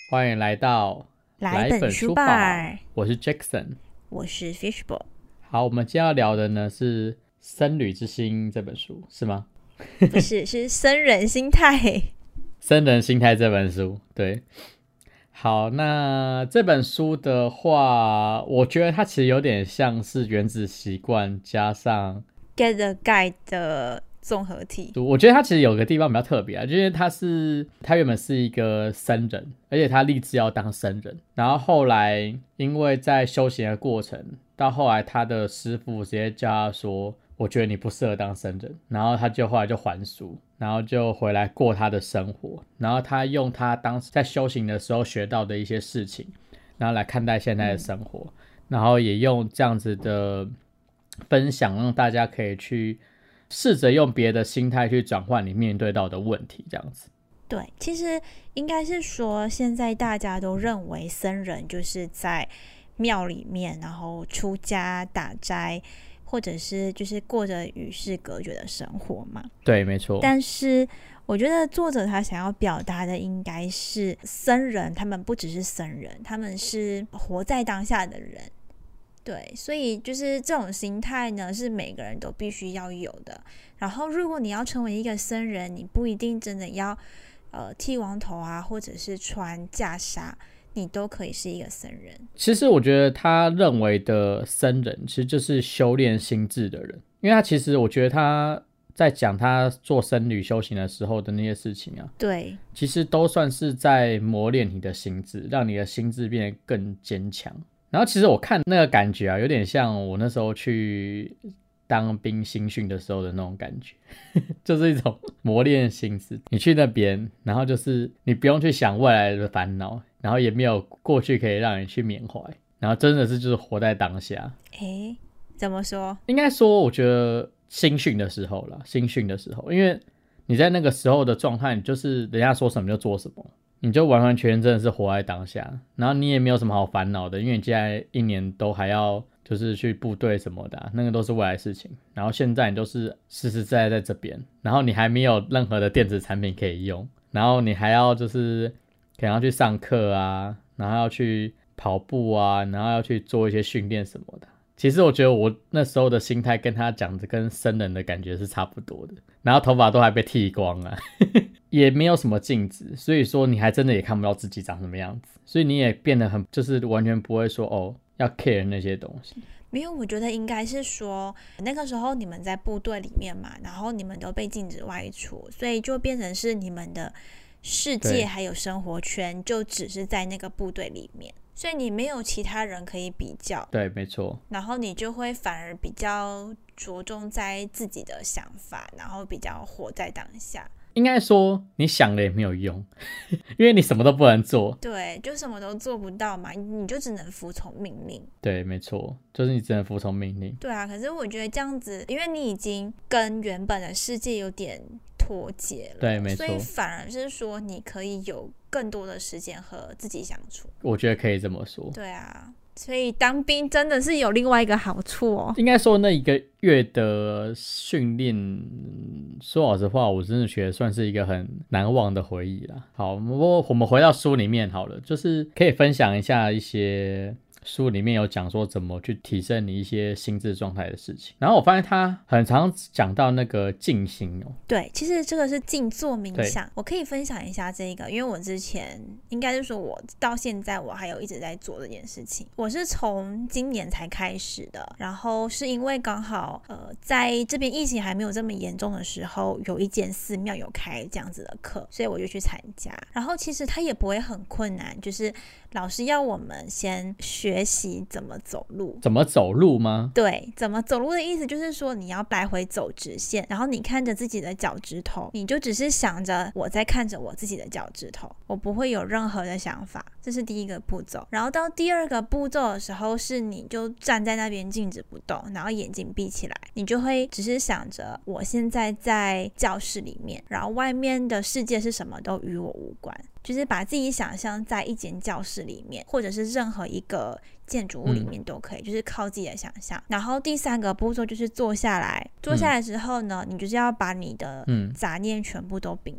欢迎来到来本书吧， 我是 Jackson， 我是 Fishball。 好，我们今天要聊的呢是《僧侣之心》这本书，是吗？ 不是，是僧人心态。 僧人心态这本书，对。好，那这本书的话，我觉得它其实有点像是原子习惯加上 Get the Guide 的综合体。 我觉得他其实有个地方比较特别啊，就是他原本是一个僧人，而且他立志要当僧人，然后后来因为在修行的过程，到后来他的师父直接叫他说，我觉得你不适合当僧人，然后他就后来就还俗，然后就回来过他的生活，然后他用他当时在修行的时候学到的一些事情，然后来看待现在的生活，然后也用这样子的分享让大家可以去试着用别的心态去转换你面对到的问题，这样子。 对，其实应该是说，现在大家都认为僧人就是在庙里面，然后出家打斋，或者是就是过着与世隔绝的生活嘛。 对，没错。 但是我觉得作者他想要表达的应该是，僧人他们不只是僧人，他们是活在当下的人。对，所以就是这种心态呢，是每个人都必须要有的。然后，如果你要成为一个僧人，你不一定真的要剃光头啊，或者是穿袈裟，你都可以是一个僧人。 其实我觉得他认为的僧人，其实就是修炼心智的人，因为他其实我觉得他在讲他做僧侣修行的时候的那些事情啊， 对， 其实都算是在磨练你的心智，让你的心智变得更坚强。然后其实我看那个感觉啊，有点像我那时候去当兵新训的时候的那种感觉，就是一种磨练心智。你去那边，然后就是你不用去想未来的烦恼，然后也没有过去可以让你去缅怀，然后真的是就是活在当下。 诶，怎么说？ 应该说，我觉得新训的时候啦，因为你在那个时候的状态，你就是人家说什么就做什么。你就完完全全真的是活在当下，然后你也没有什么好烦恼的，因为你接下来一年都还要就是去部队什么的那个都是未来的事情。然后现在你就是实实在在在这边，然后你还没有任何的电子产品可以用，然后你还要就是可能要去上课啊，然后要去跑步啊，然后要去做一些训练什么的。其实我觉得我那时候的心态跟他讲的跟僧人的感觉是差不多的，然后头发都还被剃光啊也没有什么镜子，所以说你还真的也看不到自己长什么样子，所以你也变得很就是完全不会说要 care 那些东西。 没有，我觉得应该是说那个时候你们在部队里面嘛，然后你们都被禁止外出，所以就变成是你们的世界还有生活圈就只是在那个部队里面，所以你没有其他人可以比较。 对，没错。 然后你就会反而比较着重在自己的想法，然后比较活在当下。 应该说你想了也没有用因为你什么都不能做。 对，就什么都做不到嘛，你就只能服从命令。 对，没错，就是你只能服从命令。 对啊，可是我觉得这样子，因为你已经跟原本的世界有点脱节了， 对，没错， 所以反而是说你可以有更多的时间和自己相处。 我觉得可以这么说。 对啊，所以当兵真的是有另外一个好处哦。 应该说那一个月的训练，说老实话，我真的觉得算是一个很难忘的回忆啦。好，我们回到书里面好了，就是可以分享一下一些书里面有讲说怎么去提升你一些心智状态的事情。然后我发现他很常讲到那个静心哦。 对，其实这个是静坐冥想，我可以分享一下这个，因为我之前应该是说我到现在我还有一直在做这件事情。我是从今年才开始的，然后是因为刚好在这边疫情还没有这么严重的时候，有一间寺庙有开这样子的课，所以我就去参加。然后其实它也不会很困难，就是老师要我们先学习怎么走路。 怎么走路吗？ 对，怎么走路的意思就是说你要来回走直线，然后你看着自己的脚趾头，你就只是想着我在看着我自己的脚趾头，我不会有任何的想法，这是第一个步骤。然后到第二个步骤的时候，是你就站在那边静止不动，然后眼睛闭起来，你就会只是想着我现在在教室里面，然后外面的世界是什么都与我无关，就是把自己想象在一间教室里面，或者是任何一个建筑物里面都可以，就是靠自己的想象。然后第三个步骤就是坐下来，坐下来之后呢，你就是要把你的杂念全部都摒除了。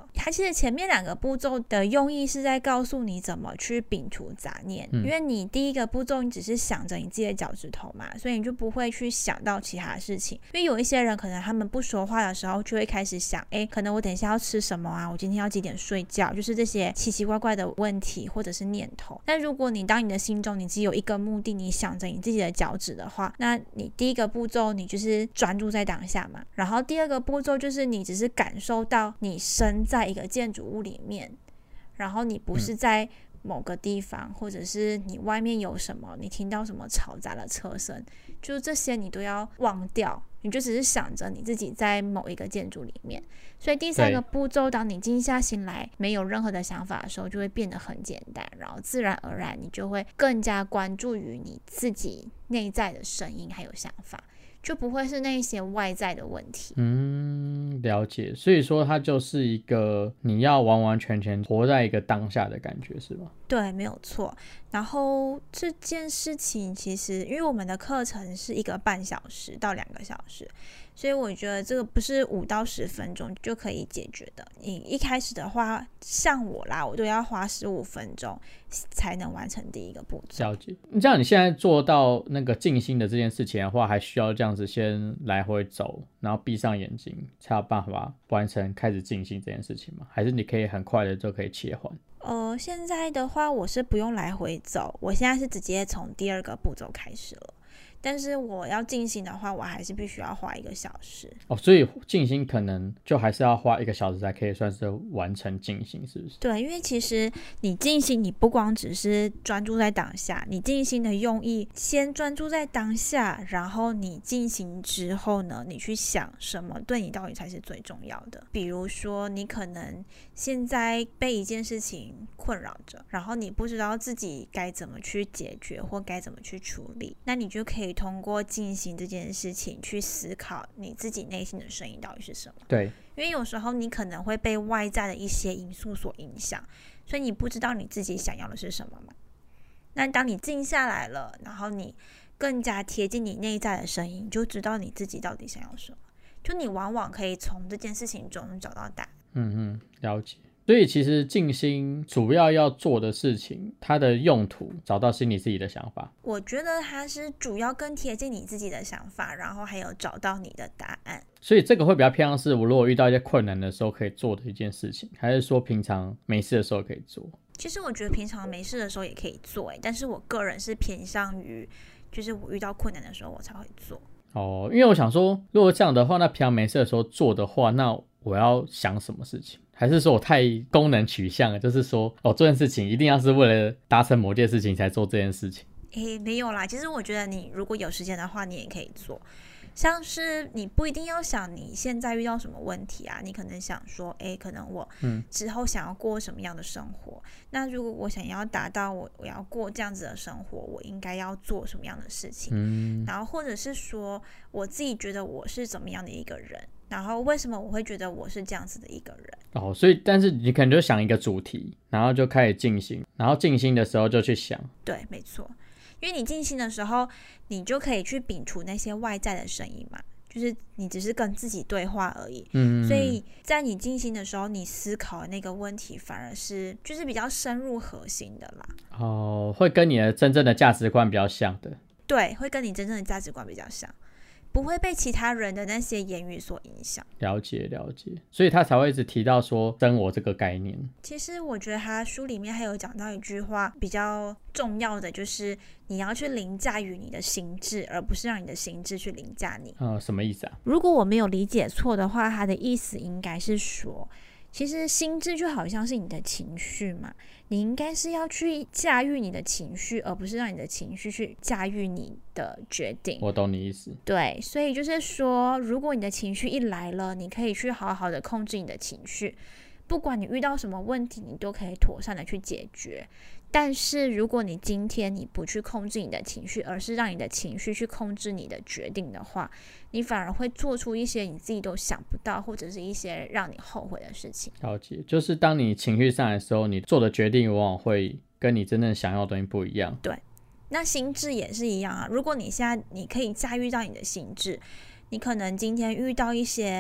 它其实前面2个步骤的用意是在告诉你怎么去摒除杂念，因为你第一个步骤你只是想着你自己的脚趾头嘛，所以你就不会去想到其他事情。因为有一些人可能他们不说话的时候就会开始想，可能我等一下要吃什么啊，我今天要几点睡觉，就是这些奇奇怪怪的问题或者是念头。但如果你当你的心中你只有一个目的，你想着你自己的脚趾的话，那你第一个步骤你就是专注在当下嘛，然后第2个步骤就是你只是感受到你身在一个建筑物里面，然后你不是在某个地方，或者是你外面有什么，你听到什么嘈杂的车声，就是这些你都要忘掉，你就只是想着你自己在某一个建筑里面。所以第3个步骤，当你静下心来没有任何的想法的时候，就会变得很简单，然后自然而然你就会更加关注于你自己内在的声音还有想法，就不会是那些外在的问题。 了解。所以说它就是一个你要完完全全活在一个当下的感觉，是吗？ 对，没有错。然后这件事情其实因为我们的课程是1个半小时到2个小时，所以我觉得这个不是5到10分钟就可以解决的。你一开始的话，像我啦，我都要花15分钟才能完成第1个步骤。 了解。这样你现在做到那个静心的这件事情的话，还需要这样子先来回走，然后闭上眼睛，才有办法完成开始静心这件事情吗？还是你可以很快的就可以切换？ 现在的话我是不用来回走，我现在是直接从第2个步骤开始了。但是我要静心的话，我还是必须要花1个小时。 所以静心可能就还是要花1个小时才可以算是完成静心，是不是？ 对，因为其实你静心，你不光只是专注在当下，你静心的用意，先专注在当下，然后你静心之后呢，你去想什么对你到底才是最重要的。比如说，你可能现在被一件事情困扰着，然后你不知道自己该怎么去解决或该怎么去处理，那你就可以通过静心这件事情去思考你自己内心的声音到底是什么。 对， 因为有时候你可能会被外在的一些因素所影响，所以你不知道你自己想要的是什么嘛。那当你静下来了，然后你更加贴近你内在的声音，你就知道你自己到底想要什么，就你往往可以从这件事情中找到答案。 了解。所以其实静心主要做的事情，它的用途找到心里自己的想法。 我觉得它是主要更贴近你自己的想法，然后还有找到你的答案。 所以这个会比较偏向是我如果遇到一些困难的时候可以做的一件事情，还是说平常没事的时候可以做？ 其实我觉得平常没事的时候也可以做，但是我个人是偏向于就是我遇到困难的时候我才会做。 因为我想说如果这样的话，那平常没事的时候做的话，那我要想什么事情？还是说我太功能取向了，就是说这件事情一定要是为了达成某件事情才做这件事情？ 没有啦，其实我觉得你如果有时间的话你也可以做，像是你不一定要想你现在遇到什么问题啊，你可能想说可能我之后想要过什么样的生活，那如果我想要达到我要过这样子的生活，我应该要做什么样的事情，然后或者是说我自己觉得我是怎么样的一个人，然后为什么我会觉得我是这样子的一个人。 所以但是你可能就想一个主题，然后就开始静心，然后静心的时候就去想。 对，没错，因为你静心的时候你就可以去摒除那些外在的声音嘛，就是你只是跟自己对话而已。所以在你静心的时候，你思考的那个问题反而是就是比较深入核心的啦。 会跟你的真正的价值观比较像的。 对，会跟你真正的价值观比较像，不会被其他人的那些言语所影响。 了解，所以他才会一直提到说真我这个概念。 其实我觉得他书里面还有讲到一句话比较重要的，就是你要去凌驾于你的心智，而不是让你的心智去凌驾你。 什么意思啊？ 如果我没有理解错的话，他的意思应该是说，其实心智就好像是你的情绪嘛，你应该是要去驾驭你的情绪，而不是让你的情绪去驾驭你的决定。 我懂你意思。对， 所以就是说，如果你的情绪一来了，你可以去好好的控制你的情绪，不管你遇到什么问题，你都可以妥善的去解决。但是如果你今天你不去控制你的情绪，而是让你的情绪去控制你的决定的话，你反而会做出一些你自己都想不到，或者是一些让你后悔的事情。 了解，就是当你情绪上来的时候，你做的决定往往会跟你真正想要的东西不一样。 对，那心智也是一样啊。如果你现在你可以驾驭到你的心智，你可能今天遇到一些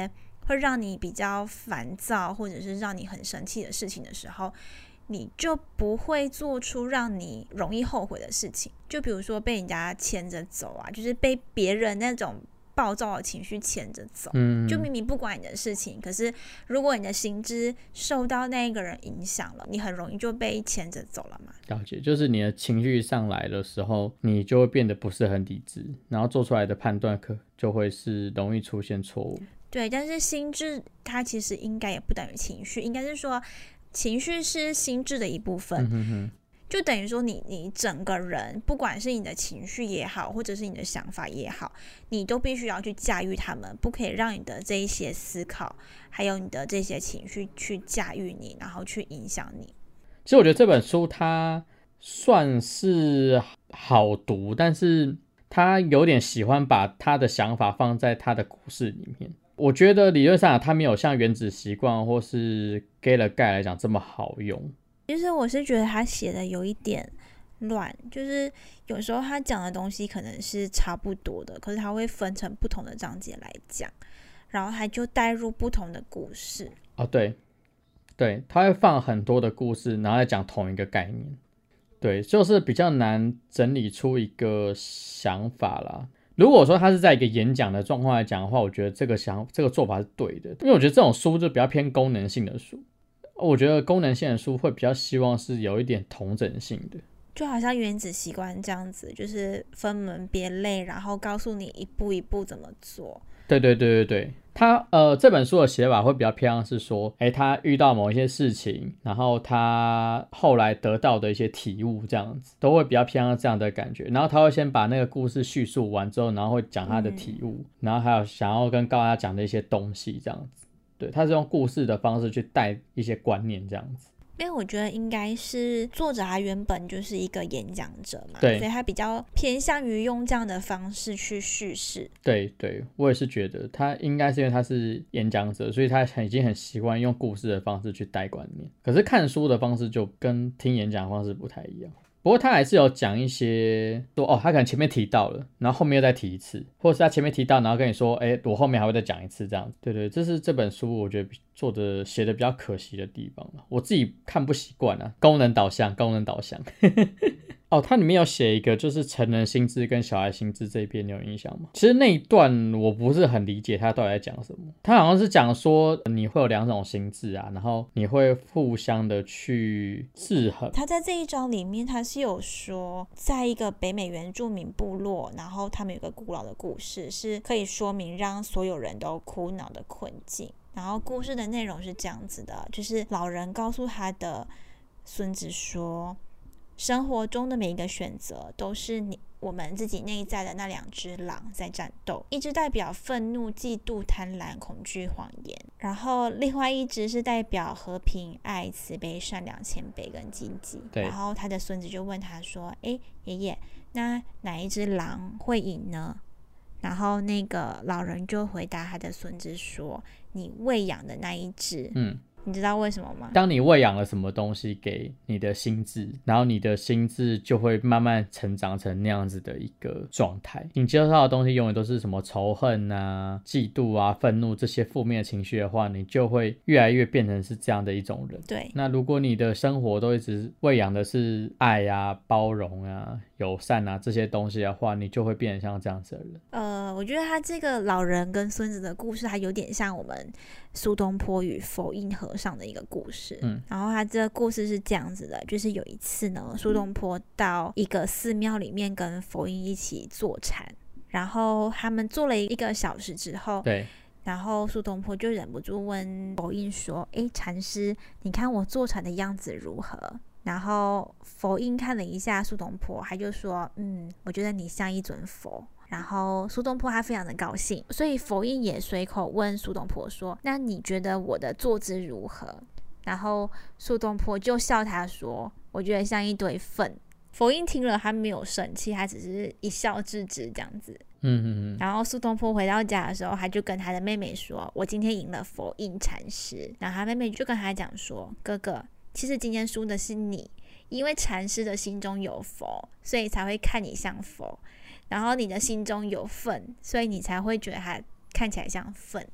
会让你比较烦躁，或者是让你很生气的事情的时候，你就不会做出让你容易后悔的事情。就比如说被人家牵着走啊，就是被别人那种暴躁的情绪牵着走，就明明不管你的事情，可是如果你的心智受到那个人影响了，你很容易就被牵着走了嘛。 了解，就是你的情绪上来的时候，你就会变得不是很理智，然后做出来的判断就会是容易出现错误。 对，但是心智它其实应该也不等于情绪，应该是说情绪是心智的一部分。就等于说你整个人，不管是你的情绪也好，或者是你的想法也好，你都必须要去驾驭他们，不可以让你的这一些思考还有你的这些情绪去驾驭你，然后去影响你。 其实我觉得这本书它算是好读，但是他有点喜欢把他的想法放在他的故事里面。我觉得理论上他没有像原子习惯或是 Get the Guide 来讲这么好用。 其实我是觉得他写的有一点乱，就是有时候他讲的东西可能是差不多的，可是他会分成不同的章节来讲，然后他就带入不同的故事。 对，他会放很多的故事，然后再讲同一个概念。对，就是比较难整理出一个想法啦。如果说他是在一个演讲的状况来讲的话，我觉得这个做法是对的，因为我觉得这种书就比较偏功能性的书。我觉得功能性的书会比较希望是有一点统整性的， 就好像原子习惯这样子，就是分门别类，然后告诉你一步一步怎么做。 对，他这本书的写法会比较偏向是说，他遇到某一些事情，然后他后来得到的一些体悟，这样子都会比较偏向这样的感觉。然后他会先把那个故事叙述完之后，然后会讲他的体悟，然后还有想要跟大家讲的一些东西，这样子。对，他是用故事的方式去带一些观念，这样子。 因为我觉得应该是作者他原本就是一个演讲者嘛， 对， 所以他比较偏向于用这样的方式去叙事。 对，我也是觉得他应该是因为他是演讲者，所以他已经很习惯用故事的方式去带观念。可是看书的方式就跟听演讲的方式不太一样。不过他还是有讲一些说他可能前面提到了，然后后面又再提一次，或者是他前面提到，然后跟你说我后面还会再讲一次这样子。对，这是这本书我觉得写的比较可惜的地方了，我自己看不习惯啊。功能导向它里面有写一个就是成人心智跟小孩心智这一边，你有印象吗？其实那一段我不是很理解他到底在讲什么。他好像是讲说你会有两种心智啊，然后你会互相的去制衡。 他在这一章里面他是有说，在一个北美原住民部落，然后他们有个古老的故事，是可以说明让所有人都苦恼的困境。然后故事的内容是这样子的，就是老人告诉他的孙子说，生活中的每一个选择都是我们自己内在的那两只狼在战斗，一只代表愤怒、嫉妒、贪婪、恐惧、谎言，然后另外一只是代表和平、爱、慈悲、善良、谦卑跟积极。然后他的孙子就问他说，爷爷，那哪一只狼会赢呢？然后那个老人就回答他的孙子说，你喂养的那一只。你知道为什么吗？ 当你喂养了什么东西给你的心智，然后你的心智就会慢慢成长成那样子的一个状态。你接受到的东西永远都是什么仇恨啊、嫉妒啊、愤怒这些负面的情绪的话，你就会越来越变成是这样的一种人。 对。 那如果你的生活都一直喂养的是爱啊、包容啊、友善啊这些东西的话，你就会变成像这样子的人。 我觉得他这个老人跟孙子的故事，还有点像我们苏东坡与佛印和尚的一个故事。然后他这个故事是这样子的，就是有一次呢，苏东坡到一个寺庙里面跟佛印一起坐禅，然后他们坐了1个小时之后， 对， 然后苏东坡就忍不住问佛印说，禅师，你看我坐禅的样子如何？然后佛印看了一下苏东坡，他就说，我觉得你像一尊佛。然后苏东坡他非常的高兴，所以佛印也随口问苏东坡说，那你觉得我的坐姿如何？然后苏东坡就笑他说，我觉得像一堆粪。佛印听了他没有生气，他只是一笑置之这样子。然后苏东坡回到家的时候，他就跟他的妹妹说，我今天赢了佛印禅师。然后他妹妹就跟他讲说，哥哥，其实今天输的是你，因为禅师的心中有佛，所以才会看你像佛，然后你的心中有粪，所以你才会觉得他看起来像粪。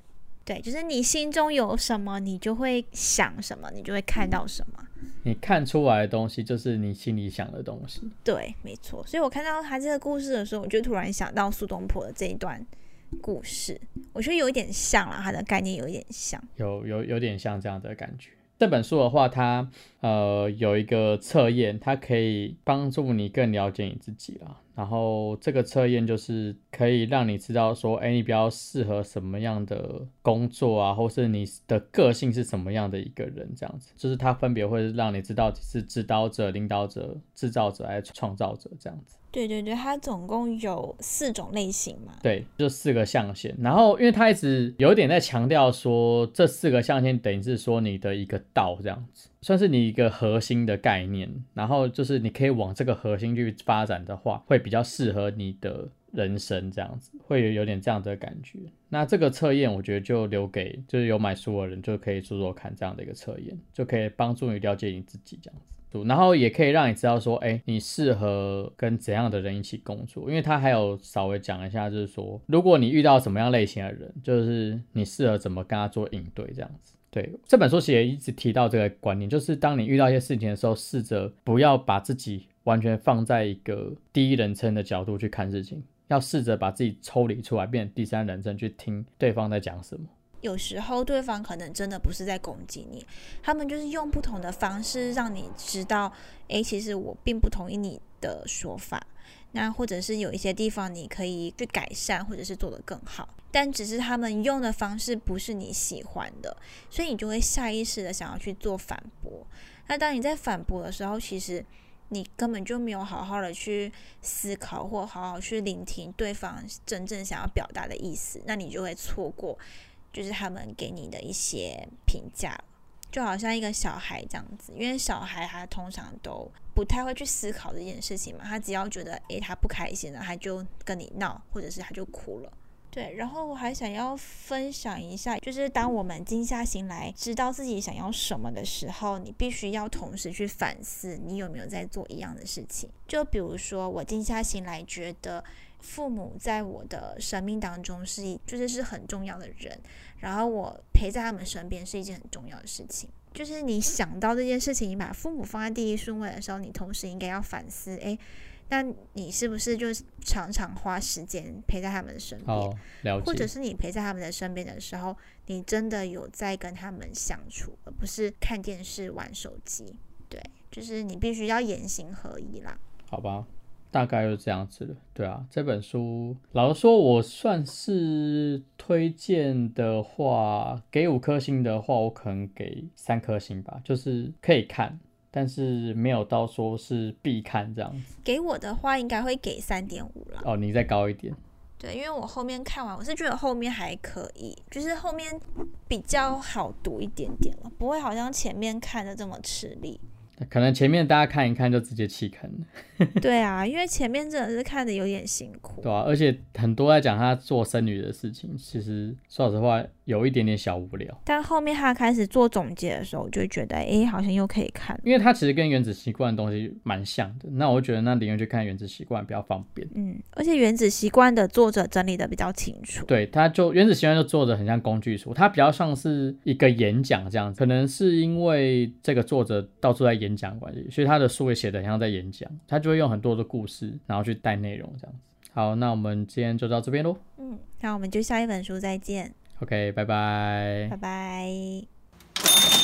对，就是你心中有什么，你就会想什么，你就会看到什么。 你看出来的东西就是你心里想的东西。 对，没错。所以我看到他这个故事的时候，我就突然想到苏东坡的这一段故事，我觉得有一点像啦，他的概念有一点像， 有点像这样的感觉。这本书的话，它有一个测验，它可以帮助你更了解你自己啦。然后这个测验就是可以让你知道说，你比较适合什么样的工作啊，或是你的个性是什么样的一个人，这样子。就是它分别会让你知道是指导者、领导者、制造者还是创造者这样子。 对对对，它总共有4种类型嘛。 对，就4个象限。然后因为他一直有点在强调说，这4个象限等于是说你的一个道这样子，算是你一个核心的概念。然后就是你可以往这个核心去发展的话，会比较适合你的人生这样子，会有点这样的感觉。那这个测验我觉得就留给就是有买书的人就可以做做看，这样的一个测验就可以帮助你了解你自己这样子。然后也可以让你知道说，你适合跟怎样的人一起工作，因为他还有稍微讲一下，就是说，如果你遇到什么样类型的人，就是你适合怎么跟他做应对这样子。对，这本书其实也一直提到这个观念，就是当你遇到一些事情的时候，试着不要把自己完全放在一个第一人称的角度去看事情，要试着把自己抽离出来，变成第三人称去听对方在讲什么。 有时候对方可能真的不是在攻击你，他们就是用不同的方式让你知道，其实我并不同意你的说法，那或者是有一些地方你可以去改善，或者是做得更好，但只是他们用的方式不是你喜欢的，所以你就会下意识的想要去做反驳。那当你在反驳的时候，其实你根本就没有好好的去思考，或好好去聆听对方真正想要表达的意思，那你就会错过就是他们给你的一些评价，就好像一个小孩这样子，因为小孩他通常都不太会去思考这件事情嘛，他只要觉得他不开心了，他就跟你闹，或者是他就哭了。对，然后我还想要分享一下，就是当我们静下心来知道自己想要什么的时候，你必须要同时去反思你有没有在做一样的事情。就比如说我静下心来觉得父母在我的生命当中是很重要的人，然后我陪在他们身边是一件很重要的事情。就是你想到这件事情，你把父母放在第一顺位的时候，你同时应该要反思，那你是不是就常常花时间陪在他们的身边？ 了解。 或者是你陪在他们的身边的时候，你真的有在跟他们相处，而不是看电视玩手机。对，就是你必须要言行合一啦。 好吧，大概就是这样子了。对啊，这本书老实说我算是推荐的话，给5颗星的话，我可能给3颗星吧，就是可以看，但是没有到说是必看这样子。 给我的话应该会给3.5啦。 你再高一点。 对，因为我后面看完，我是觉得后面还可以，就是后面比较好读一点点了，不会好像前面看的这么吃力。 可能前面大家看一看就直接弃坑了。 对啊，因为前面真的是看的有点辛苦。 对啊，而且很多在讲他做僧侣的事情，其实说老实话有一点点小无聊。 但后面他开始做总结的时候，我就会觉得好像又可以看， 因为他其实跟原子习惯的东西蛮像的，那我就觉得那宁愿去看原子习惯比较方便。 而且原子习惯的作者整理的比较清楚。 对，他就原子习惯就做的很像工具书，他比较像是一个演讲这样子，可能是因为这个作者到处在演讲的关系，所以他的书也写的很像在演讲，他就会用很多的故事然后去带内容这样子。好，那我们今天就到这边咯。 那我们就下一本书再见。 OK， 拜拜。 拜拜。